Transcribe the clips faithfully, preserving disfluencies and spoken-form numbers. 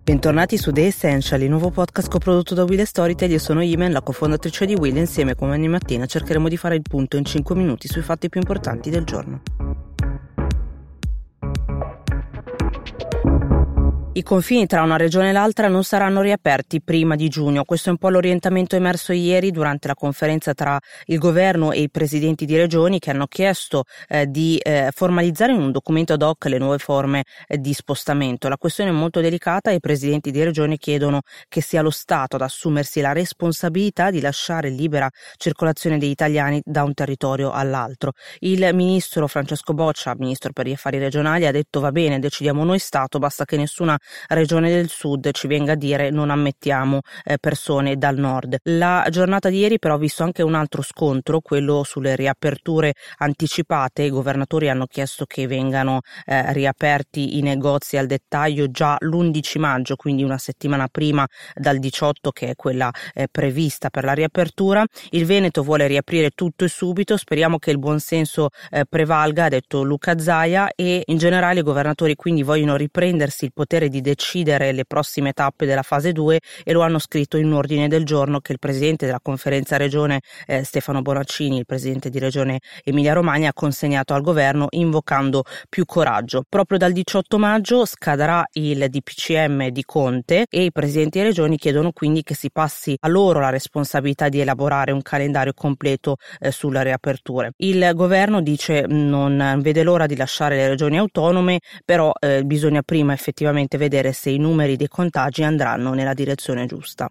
Bentornati su The Essential, il nuovo podcast coprodotto da Will e Storytel. Io sono Imen, la cofondatrice di Will, e insieme come ogni mattina cercheremo di fare il punto in cinque minuti sui fatti più importanti del giorno. I confini tra una regione e l'altra non saranno riaperti prima di giugno. Questo è un po' l'orientamento emerso ieri durante la conferenza tra il governo e i presidenti di regioni, che hanno chiesto eh, di eh, formalizzare in un documento ad hoc le nuove forme eh, di spostamento. La questione è molto delicata e i presidenti di regione chiedono che sia lo Stato ad assumersi la responsabilità di lasciare libera circolazione degli italiani da un territorio all'altro. Il ministro Francesco Boccia, ministro per gli affari regionali, ha detto: va bene, decidiamo noi Stato, basta che nessuna regione del sud ci venga a dire non ammettiamo eh, persone dal nord. La giornata di ieri però ha visto anche un altro scontro, quello sulle riaperture anticipate. I governatori hanno chiesto che vengano eh, riaperti i negozi al dettaglio già l'undici maggio, quindi una settimana prima dal diciotto, che è quella eh, prevista per la riapertura. Il Veneto vuole riaprire tutto e subito, speriamo che il buonsenso eh, prevalga, ha detto Luca Zaia, e in generale i governatori quindi vogliono riprendersi il potere di decidere le prossime tappe della fase due e lo hanno scritto in un ordine del giorno che il presidente della conferenza regione eh, Stefano Bonaccini, il presidente di regione Emilia Romagna, ha consegnato al governo invocando più coraggio. Proprio dal diciotto maggio scadrà il D P C M di Conte e i presidenti di regioni chiedono quindi che si passi a loro la responsabilità di elaborare un calendario completo eh, sulle riaperture. Il governo dice non vede l'ora di lasciare le regioni autonome, però eh, bisogna prima effettivamente vedere se i numeri dei contagi andranno nella direzione giusta.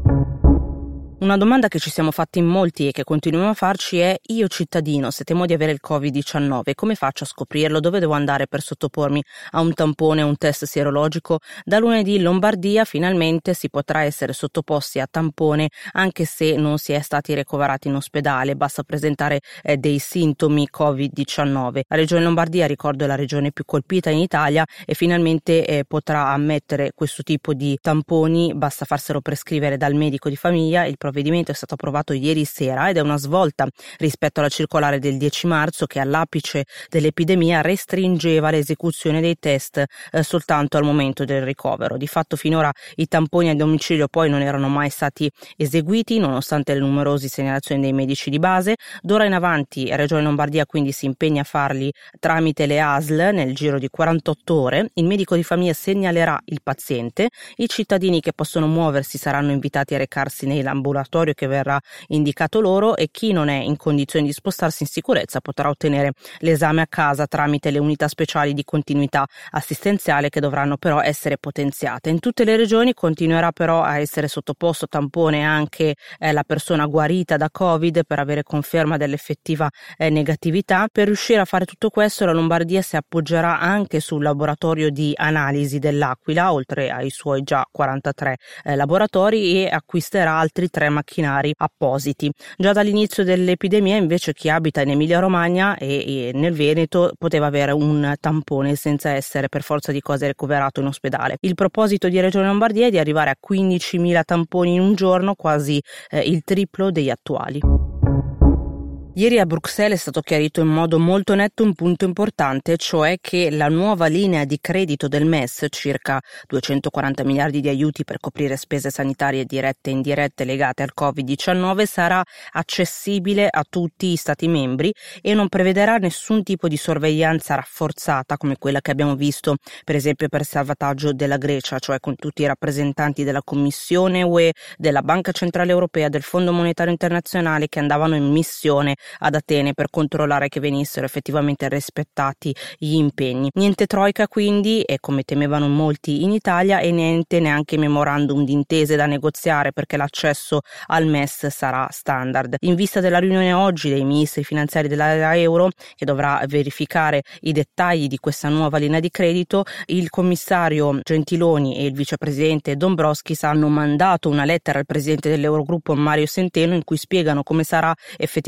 Una domanda che ci siamo fatti in molti e che continuiamo a farci è: io cittadino, se temo di avere il covid diciannove, come faccio a scoprirlo? Dove devo andare per sottopormi a un tampone o un test sierologico? Da lunedì in Lombardia finalmente si potrà essere sottoposti a tampone anche se non si è stati ricoverati in ospedale, basta presentare eh, dei sintomi covid diciannove. La regione Lombardia, ricordo, è la regione più colpita in Italia e finalmente eh, potrà ammettere questo tipo di tamponi, basta farselo prescrivere dal medico di famiglia. Il Il provvedimento è stato approvato ieri sera ed è una svolta rispetto alla circolare del dieci marzo che all'apice dell'epidemia restringeva l'esecuzione dei test eh, soltanto al momento del ricovero. Di fatto finora i tamponi a domicilio poi non erano mai stati eseguiti nonostante le numerose segnalazioni dei medici di base. D'ora in avanti la Regione Lombardia quindi si impegna a farli tramite le A S L nel giro di quarantotto ore. Il medico di famiglia segnalerà il paziente, i cittadini che possono muoversi saranno invitati a recarsi nei laboratori che verrà indicato loro e chi non è in condizioni di spostarsi in sicurezza potrà ottenere l'esame a casa tramite le unità speciali di continuità assistenziale, che dovranno però essere potenziate. In tutte le regioni continuerà però a essere sottoposto tampone anche eh, la persona guarita da Covid per avere conferma dell'effettiva eh, negatività. Per riuscire a fare tutto questo la Lombardia si appoggerà anche sul laboratorio di analisi dell'Aquila, oltre ai suoi già quarantatré eh, laboratori, e acquisterà altri tre macchinari appositi. Già dall'inizio dell'epidemia invece chi abita in Emilia Romagna e, e nel Veneto poteva avere un tampone senza essere per forza di cose ricoverato in ospedale. Il proposito di Regione Lombardia è di arrivare a quindicimila tamponi in un giorno, quasi eh, il triplo degli attuali. Ieri a Bruxelles è stato chiarito in modo molto netto un punto importante, cioè che la nuova linea di credito del M E S, circa duecentoquaranta miliardi di aiuti per coprire spese sanitarie dirette e indirette legate al covid diciannove, sarà accessibile a tutti gli Stati membri e non prevederà nessun tipo di sorveglianza rafforzata come quella che abbiamo visto per esempio per il salvataggio della Grecia, cioè con tutti i rappresentanti della Commissione U E, della Banca Centrale Europea, del Fondo Monetario Internazionale che andavano in missione ad Atene per controllare che venissero effettivamente rispettati gli impegni. Niente troika quindi, e come temevano molti in Italia, e niente neanche memorandum di intese da negoziare, perché l'accesso al M E S sarà standard. In vista della riunione oggi dei ministri finanziari dell'area euro, che dovrà verificare i dettagli di questa nuova linea di credito, il commissario Gentiloni e il vicepresidente Dombrovskis hanno mandato una lettera al presidente dell'Eurogruppo Mario Centeno in cui spiegano come sarà effettivamente la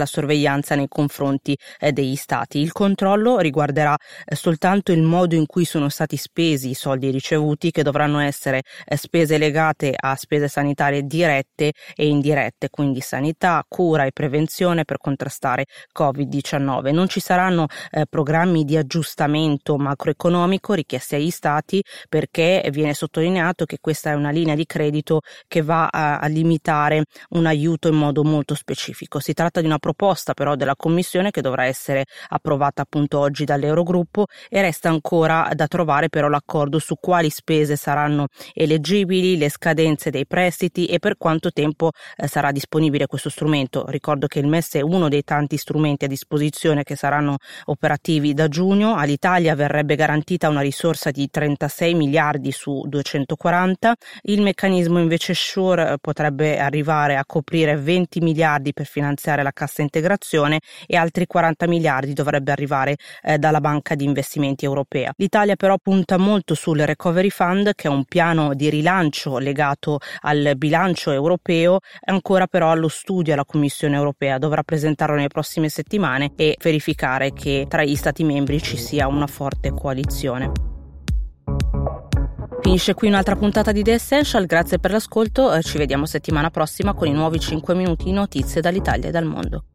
la sorveglianza nei confronti eh, degli stati. Il controllo riguarderà eh, soltanto il modo in cui sono stati spesi i soldi ricevuti, che dovranno essere eh, spese legate a spese sanitarie dirette e indirette, quindi sanità, cura e prevenzione per contrastare covid diciannove. Non ci saranno eh, programmi di aggiustamento macroeconomico richiesti agli stati, perché viene sottolineato che questa è una linea di credito che va a, a limitare un aiuto in modo molto specifico. Si tratta di una proposta però della Commissione che dovrà essere approvata appunto oggi dall'Eurogruppo, e resta ancora da trovare però l'accordo su quali spese saranno eleggibili, le scadenze dei prestiti e per quanto tempo eh, sarà disponibile questo strumento. Ricordo che il M E S è uno dei tanti strumenti a disposizione che saranno operativi da giugno. All'Italia verrebbe garantita una risorsa di trentasei miliardi su duecentoquaranta. Il meccanismo invece SURE potrebbe arrivare a coprire venti miliardi per finanziare la cassa integrazione e altri quaranta miliardi dovrebbe arrivare eh, dalla Banca di Investimenti Europea. L'Italia però punta molto sul Recovery Fund, che è un piano di rilancio legato al bilancio europeo, è ancora però allo studio alla Commissione Europea. Dovrà presentarlo nelle prossime settimane e verificare che tra gli Stati membri ci sia una forte coalizione. Finisce qui un'altra puntata di The Essential, grazie per l'ascolto, ci vediamo settimana prossima con i nuovi cinque minuti di notizie dall'Italia e dal mondo.